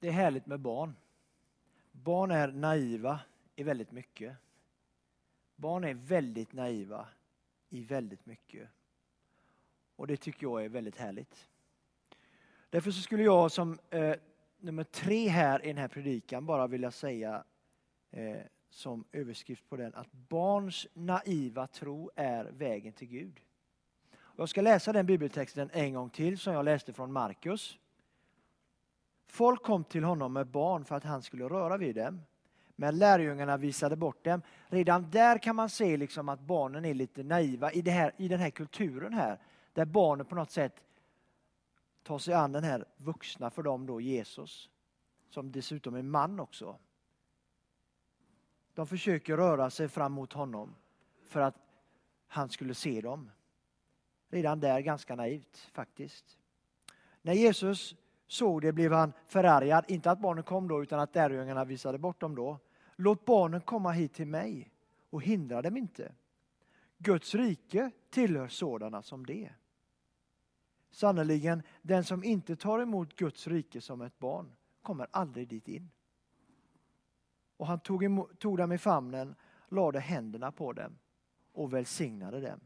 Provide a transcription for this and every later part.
Det är härligt med barn. Barn är naiva i väldigt mycket. Barn är väldigt naiva i väldigt mycket. Och det tycker jag är väldigt härligt. Därför så skulle jag som nummer 3 här i den här predikan bara vilja säga som överskrift på den att barns naiva tro är vägen till Gud. Och jag ska läsa den bibeltexten en gång till som jag läste från Markus. Folk kom till honom med barn för att han skulle röra vid dem. Men lärjungarna visade bort dem. Redan där kan man se liksom att barnen är lite naiva i den här kulturen här. Där barnen på något sätt tar sig an den här vuxna för dem då, Jesus. Som dessutom är man också. De försöker röra sig fram mot honom för att han skulle se dem. Redan där ganska naivt faktiskt. När Jesus såg det blev han förargad. Inte att barnen kom då utan att lärjungarna visade bort dem då. Låt barnen komma hit till mig och hindra dem inte. Guds rike tillhör sådana som det. Sannoliken, den som inte tar emot Guds rike som ett barn kommer aldrig dit in. Och han tog dem i famnen, lade händerna på dem och välsignade dem.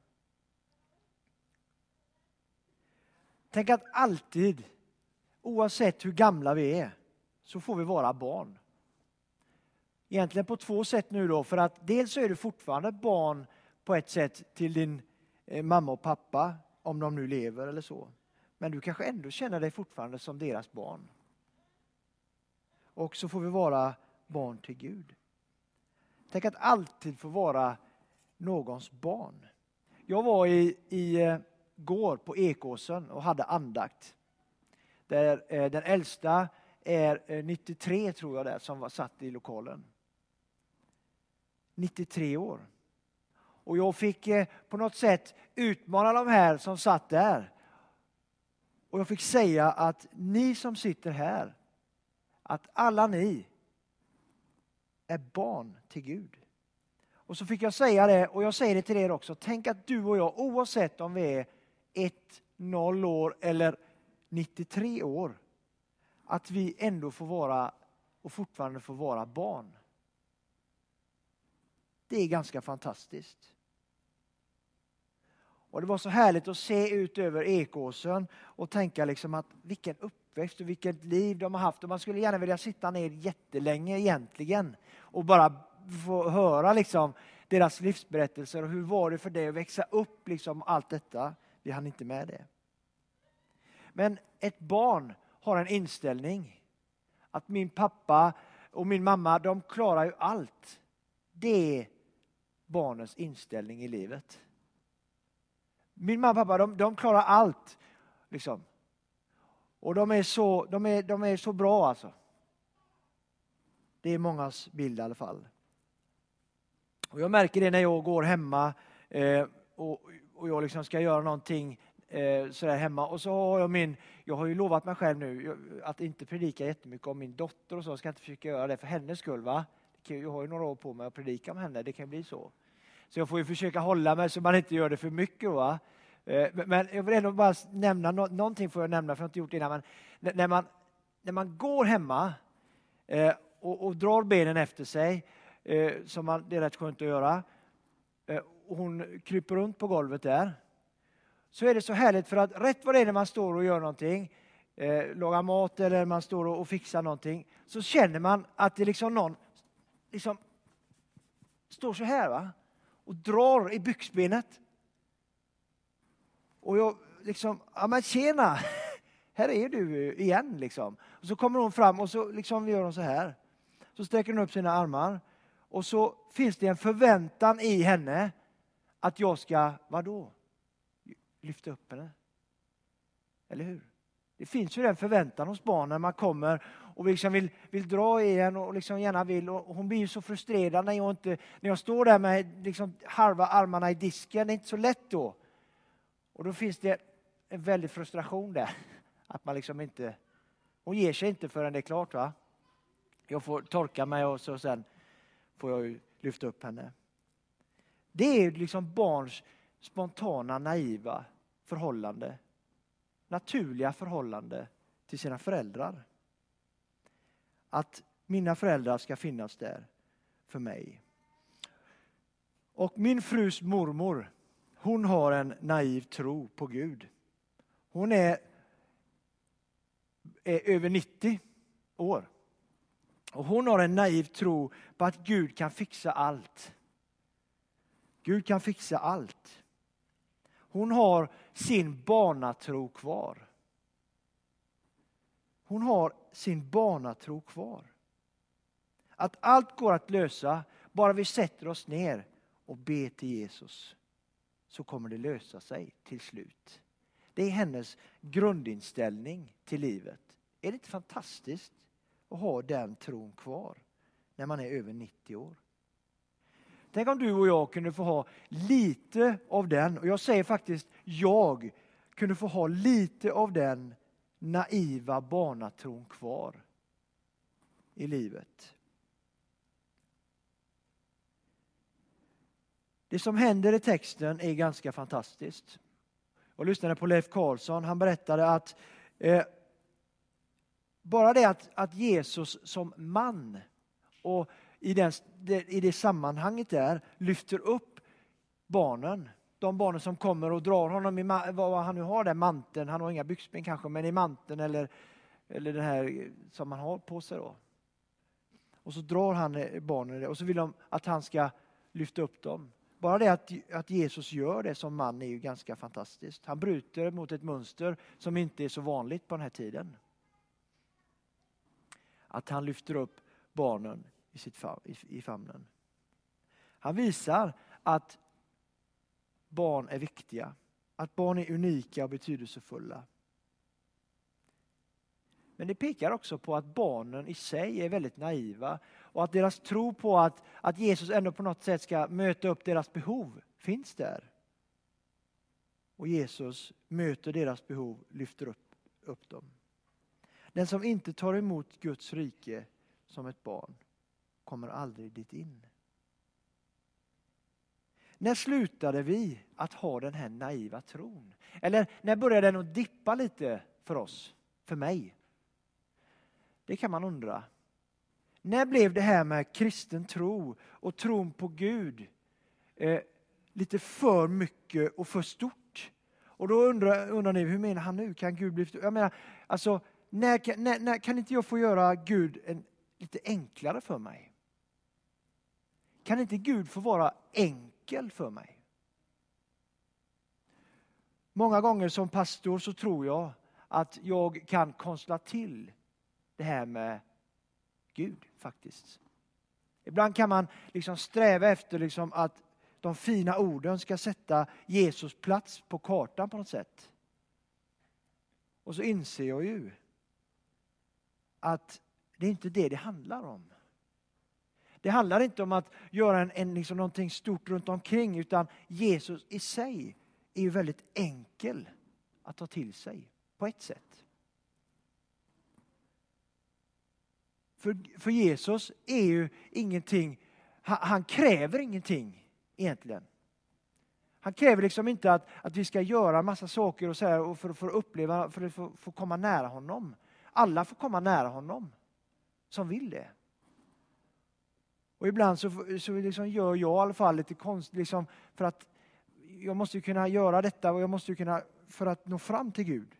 Tänk att alltid, oavsett hur gamla vi är, så får vi vara barn. Egentligen på 2 sätt nu då, för att dels så är du fortfarande barn på ett sätt till din mamma och pappa, om de nu lever eller så. Men du kanske ändå känner dig fortfarande som deras barn. Och så får vi vara barn till Gud. Tänk att alltid få vara någons barn. Jag var i går på Ekåsen och hade andakt. Där den äldsta är 93 tror jag det som var satt i lokalen. 93 år. Och jag fick på något sätt utmana de här som satt där. Och jag fick säga att ni som sitter här, att alla ni är barn till Gud. Och så fick jag säga det, och jag säger det till er också. Tänk att du och jag, oavsett om vi är 1-0 år eller 93 år, att vi ändå får vara och fortfarande får vara barn. Det är ganska fantastiskt. Och det var så härligt att se ut över Ekåsen och tänka liksom att vilken uppväxt och vilket liv de har haft. Och man skulle gärna vilja sitta ner jättelänge egentligen och bara få höra liksom deras livsberättelser och hur var det för dig att växa upp liksom allt detta. Vi hann inte med det. Men ett barn har en inställning att min pappa och min mamma, de klarar ju allt. Det är barnens inställning i livet. Min mamma och pappa, de klarar allt. Liksom. Och de är så bra alltså. Det är mångas bild i alla fall. Och jag märker det när jag går hemma och jag liksom ska göra någonting sådär hemma. Och så har jag har ju lovat mig själv nu att inte predika jättemycket om min dotter och så. Jag ska inte försöka göra det för hennes skull, va? Jag har ju några år på mig att predika om henne, det kan bli så. Så jag får ju försöka hålla mig så man inte gör det för mycket, va? Men jag vill ändå bara nämna, någonting får jag nämna för jag har inte gjort det innan. Men när man går hemma och drar benen efter sig, som det är rätt skönt att göra, och hon kryper runt på golvet där, så är det så härligt för att rätt vad det är när man står och gör någonting, lagar mat eller man står och fixar någonting, så känner man att det liksom någon liksom står så här, va? Och drar i byxbenet. Och jag liksom, ja men tjena, här är du igen liksom. Och så kommer hon fram och så liksom gör hon så här. Så sträcker hon upp sina armar. Och så finns det en förväntan i henne att jag ska, vadå? Lyfta upp henne. Eller hur? Det finns ju den förväntan hos barn när man kommer och liksom vill dra i en och liksom gärna vill. Och hon blir ju så frustrerad när jag står där med liksom halva armarna i disken. Det är inte så lätt då. Och då finns det en väldig frustration där. Att man liksom inte, hon ger sig inte förrän det är klart, va? Jag får torka mig och så sen får jag ju lyfta upp henne. Det är liksom barns spontana, naiva förhållande. Naturliga förhållande till sina föräldrar. att mina föräldrar ska finnas där för mig. Och min frus mormor, hon har en naiv tro på Gud. Hon är över 90 år. Och hon har en naiv tro på att Gud kan fixa allt. Gud kan fixa allt. Hon har sin barnatro kvar. Hon har sin barnatro kvar. Att allt går att lösa, bara vi sätter oss ner och ber till Jesus, så kommer det lösa sig till slut. Det är hennes grundinställning till livet. Är det inte fantastiskt att ha den tron kvar när man är över 90 år? Tänk om du och jag kunde få ha lite av den, och jag säger faktiskt jag kunde få ha lite av den naiva barnatron kvar i livet. Det som händer i texten är ganska fantastiskt. Jag lyssnade på Leif Karlsson, han berättade att bara det att Jesus som man och i det sammanhanget där lyfter upp barnen. De barnen som kommer och drar honom i vad han nu har där, manteln. Han har inga byxben kanske, men i manteln eller den här som man har på sig då. Och så drar han barnen och så vill de att han ska lyfta upp dem. Bara det att Jesus gör det som man är ju ganska fantastiskt. Han bryter mot ett mönster som inte är så vanligt på den här tiden. Att han lyfter upp barnen i famnen. Han visar att barn är viktiga. Att barn är unika och betydelsefulla. Men det pekar också på att barnen i sig är väldigt naiva. Och att deras tro på att Jesus ändå på något sätt ska möta upp deras behov finns där. Och Jesus möter deras behov, lyfter upp dem. Den som inte tar emot Guds rike som ett barn kommer aldrig dit in. När slutade vi att ha den här naiva tron? Eller när började den att dippa lite för oss, för mig? Det kan man undra. När blev det här med kristen tro och tron på Gud lite för mycket och för stort? Och då undrar ni, hur menar han nu? Kan Gud bli... Jag menar, alltså, när kan inte jag få göra Gud lite enklare för mig? Kan inte Gud få vara enkel för mig? Många gånger som pastor så tror jag att jag kan konstla till det här med Gud faktiskt. Ibland kan man liksom sträva efter liksom att de fina orden ska sätta Jesus plats på kartan på något sätt. Och så inser jag ju att det är inte det handlar om. Det handlar inte om att göra liksom någonting stort runt omkring, utan Jesus i sig är ju väldigt enkel att ta till sig på ett sätt. För Jesus är ju ingenting, han kräver ingenting egentligen. Han kräver liksom inte att vi ska göra massa saker och så här och för att uppleva, för att få komma nära honom. Alla får komma nära honom som vill det. Och ibland så liksom gör jag i alla fall lite konst, liksom för att jag måste kunna göra detta och jag måste kunna för att nå fram till Gud.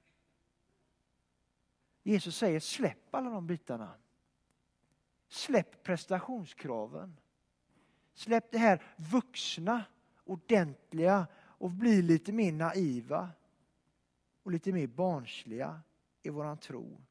Jesus säger släpp alla de bitarna. Släpp prestationskraven. Släpp det här vuxna, ordentliga och bli lite mer naiva och lite mer barnsliga i våran tro.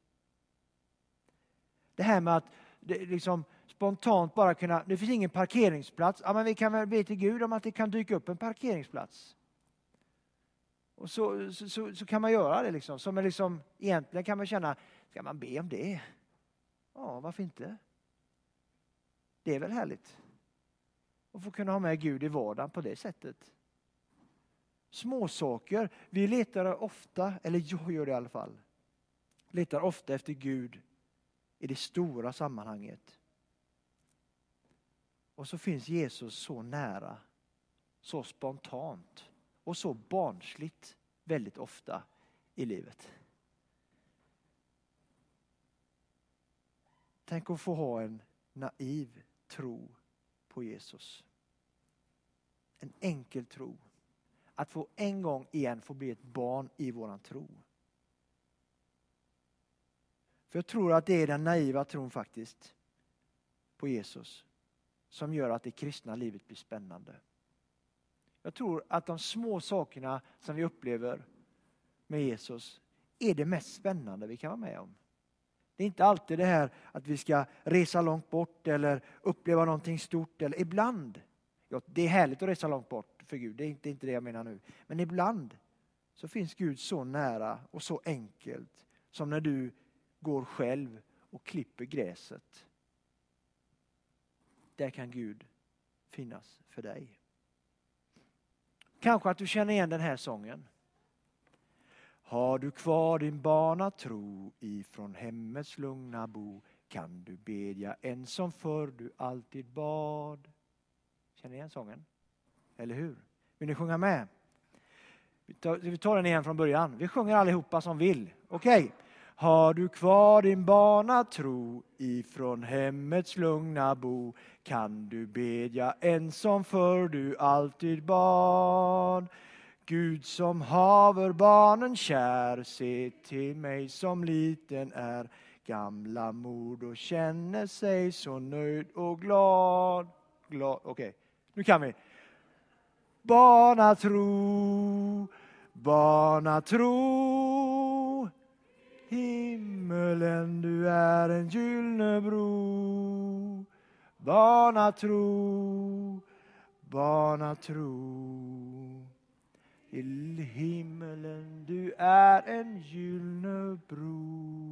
Det här med att det liksom spontant bara kunna, det finns ingen parkeringsplats. Ja, men vi kan väl be till Gud om att det kan dyka upp en parkeringsplats. Och så kan man göra det liksom. Som är liksom, egentligen kan man känna, ska man be om det? Ja, varför inte? Det är väl härligt. Och få kunna ha med Gud i vardagen på det sättet. Små saker. Vi letar ofta, eller jag gör det i alla fall. Letar ofta efter Gud i det stora sammanhanget. Och så finns Jesus så nära, så spontant och så barnsligt väldigt ofta i livet. Tänk att få ha en naiv tro på Jesus. En enkel tro. Att få en gång igen få bli ett barn i våran tro. För jag tror att det är den naiva tron faktiskt på Jesus som gör att det kristna livet blir spännande. Jag tror att de små sakerna som vi upplever med Jesus är det mest spännande vi kan vara med om. Det är inte alltid det här att vi ska resa långt bort eller uppleva någonting stort. Eller ibland, ja, det är härligt att resa långt bort för Gud, det är inte det jag menar nu. Men ibland så finns Gud så nära och så enkelt som när du går själv och klipper gräset. Där kan Gud finnas för dig. Kanske att du känner igen den här sången. Har du kvar din barnatro ifrån hemmets lugna bo, kan du bedja en som förr du alltid bad. Känner ni igen sången? Eller hur? Vill ni sjunga med? Vi tar den igen från början. Vi sjunger allihopa som vill. Okej. Har du kvar din barnatro ifrån hemmets lugna bo, kan du bedja en som förr du alltid bad. Gud som haver barnen kär, se till mig som liten är. Gamla mor då känner sig så nöjd och glad. Okej, nu kan vi. Barnatro, barnatro. Himmelen, du är en gyllene bro. Barnatro, barnatro. Till himmelen, du är en gyllene bro.